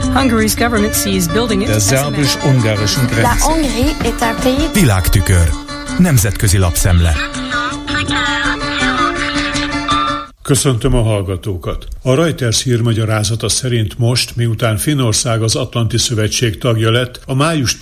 der szerbus-ungarischen Grenze. Világtükör. Nemzetközi lapszemle. Köszöntöm a hallgatókat! A Reuters hírmagyarázata szerint most, miután Finnország az Atlanti Szövetség tagja lett, a május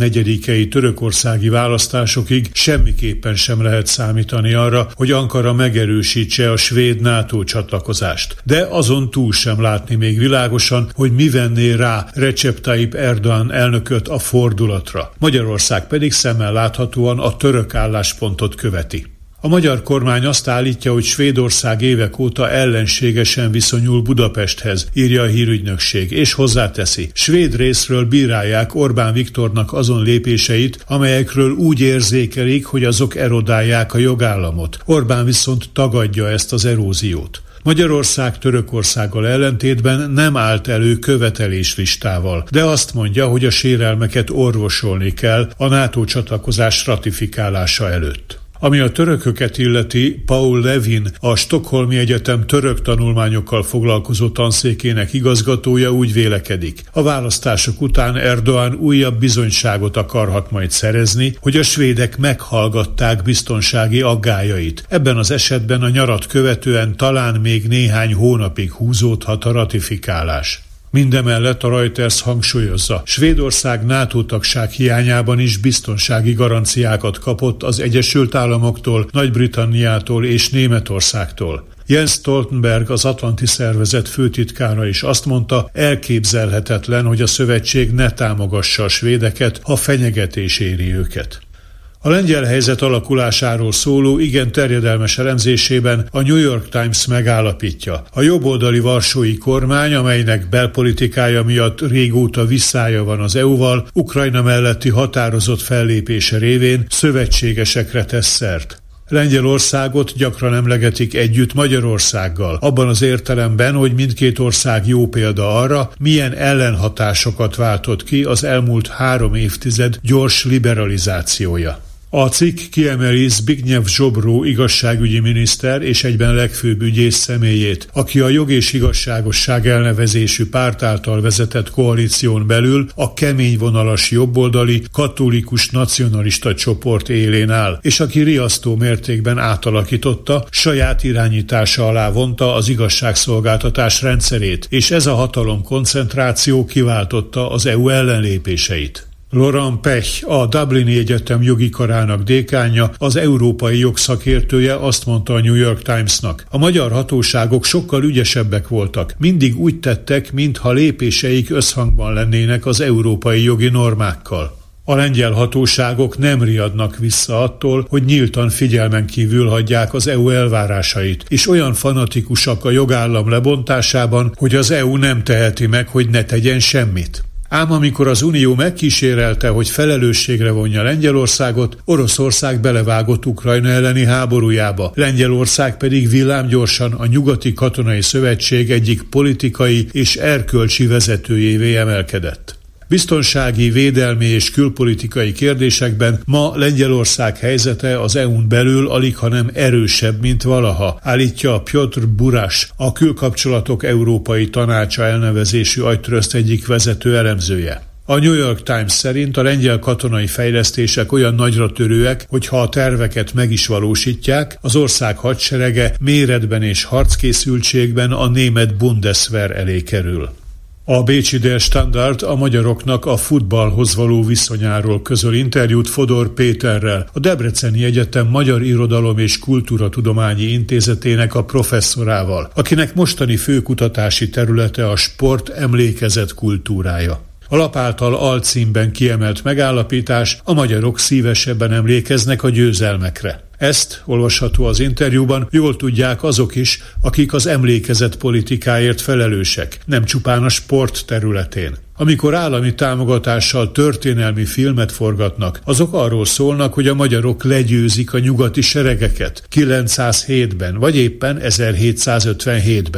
14-i törökországi választásokig semmiképpen sem lehet számítani arra, hogy Ankara megerősítse a svéd NATO csatlakozást. De azon túl sem látni még világosan, hogy mi venné rá Recep Tayyip Erdoğan elnököt a fordulatra. Magyarország pedig szemmel láthatóan a török álláspontot követi. A magyar kormány azt állítja, hogy Svédország évek óta ellenségesen viszonyul Budapesthez, írja a hírügynökség, és hozzáteszi, svéd részről bírálják Orbán Viktornak azon lépéseit, amelyekről úgy érzékelik, hogy azok erodálják a jogállamot. Orbán viszont tagadja ezt az eróziót. Magyarország Törökországgal ellentétben nem állt elő követeléslistával, de azt mondja, hogy a sérelmeket orvosolni kell a NATO csatlakozás ratifikálása előtt. Ami a törököket illeti, Paul Levin, a Stockholmi Egyetem török tanulmányokkal foglalkozó tanszékének igazgatója úgy vélekedik. A választások után Erdoğan újabb bizonyságot akarhat majd szerezni, hogy a svédek meghallgatták biztonsági aggályait. Ebben az esetben a nyarat követően talán még néhány hónapig húzódhat a ratifikálás. Mindemellett a Reuters hangsúlyozza, Svédország NATO tagság hiányában is biztonsági garanciákat kapott az Egyesült Államoktól, Nagy-Britanniától és Németországtól. Jens Stoltenberg, az Atlanti Szervezet főtitkára is azt mondta, elképzelhetetlen, hogy a szövetség ne támogassa a svédeket, ha fenyegetés éri őket. A lengyel helyzet alakulásáról szóló igen terjedelmes elemzésében a New York Times megállapítja. A jobboldali varsói kormány, amelynek belpolitikája miatt régóta visszája van az EU-val, Ukrajna melletti határozott fellépése révén szövetségesekre tesz szert. Lengyelországot gyakran emlegetik együtt Magyarországgal, abban az értelemben, hogy mindkét ország jó példa arra, milyen ellenhatásokat váltott ki az elmúlt 3 évtized gyors liberalizációja. A cikk kiemeli Zbigniew Ziobro igazságügyi miniszter és egyben legfőbb ügyész személyét, aki a Jog és Igazságosság elnevezésű párt által vezetett koalíción belül a keményvonalas jobboldali katolikus nacionalista csoport élén áll, és aki riasztó mértékben átalakította, saját irányítása alá vonta az igazságszolgáltatás rendszerét, és ez a hatalomkoncentráció kiváltotta az EU ellenlépéseit. Laurent Pech, a Dublini Egyetem jogi karának dékánja, az európai jog szakértője azt mondta a New York Timesnak. A magyar hatóságok sokkal ügyesebbek voltak, mindig úgy tettek, mintha lépéseik összhangban lennének az európai jogi normákkal. A lengyel hatóságok nem riadnak vissza attól, hogy nyíltan figyelmen kívül hagyják az EU elvárásait, és olyan fanatikusak a jogállam lebontásában, hogy az EU nem teheti meg, hogy ne tegyen semmit. Ám amikor az Unió megkísérelte, hogy felelősségre vonja Lengyelországot, Oroszország belevágott Ukrajna elleni háborújába, Lengyelország pedig villámgyorsan a Nyugati Katonai Szövetség egyik politikai és erkölcsi vezetőjévé emelkedett. Biztonsági, védelmi és külpolitikai kérdésekben ma Lengyelország helyzete az EU-n belül alighanem erősebb, mint valaha, állítja Piotr Buras, a Külkapcsolatok Európai Tanácsa elnevezésű agytröszt egyik vezető elemzője. A New York Times szerint a lengyel katonai fejlesztések olyan nagyra törőek, hogy ha a terveket meg is valósítják, az ország hadserege méretben és harckészültségben a német Bundeswehr elé kerül. A bécsi Der Standard a magyaroknak a futballhoz való viszonyáról közöl interjút Fodor Péterrel, a Debreceni Egyetem Magyar Irodalom és Kultúratudományi Intézetének a professzorával, akinek mostani főkutatási területe a sport emlékezet kultúrája. A lap által alcímben kiemelt megállapítás, a magyarok szívesebben emlékeznek a győzelmekre. Ezt, olvasható az interjúban, jól tudják azok is, akik az emlékezetpolitikáért felelősek, nem csupán a sport területén. Amikor állami támogatással történelmi filmet forgatnak, azok arról szólnak, hogy a magyarok legyőzik a nyugati seregeket 907-ben, vagy éppen 1757-ben.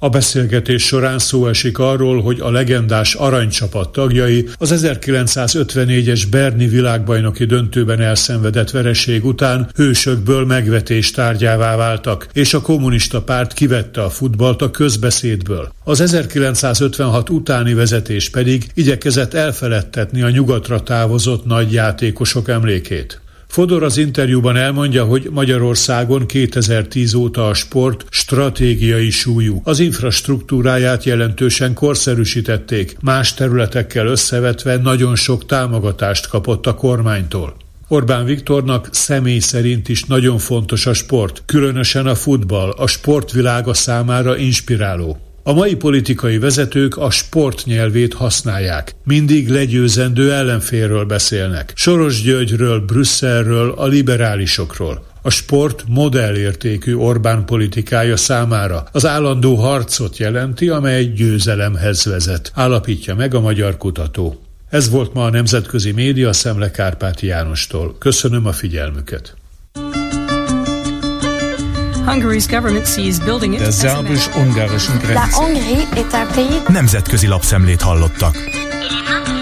A beszélgetés során szó esik arról, hogy a legendás aranycsapat tagjai az 1954-es berni világbajnoki döntőben elszenvedett vereség után hősökből megvetés tárgyává váltak, és a kommunista párt kivette a futballt a közbeszédből. Az 1956 utáni vezetés pedig igyekezett elfeledtetni a nyugatra távozott nagy játékosok emlékét. Fodor az interjúban elmondja, hogy Magyarországon 2010 óta a sport stratégiai súlyú. Az infrastruktúráját jelentősen korszerűsítették, más területekkel összevetve nagyon sok támogatást kapott a kormánytól. Orbán Viktornak személy szerint is nagyon fontos a sport, különösen a futball, a sportvilága számára inspiráló. A mai politikai vezetők a sport nyelvét használják. Mindig legyőzendő ellenfélről beszélnek. Soros Györgyről, Brüsszelről, a liberálisokról. A sport modellértékű Orbán politikája számára. Az állandó harcot jelenti, amely győzelemhez vezet, állapítja meg a magyar kutató. Ez volt ma a Nemzetközi Média Szemle Kárpáti Jánostól. Köszönöm a figyelmüket. Der szerbus-ungarischen Grenze. Nemzetközi lapszemlét hallottak.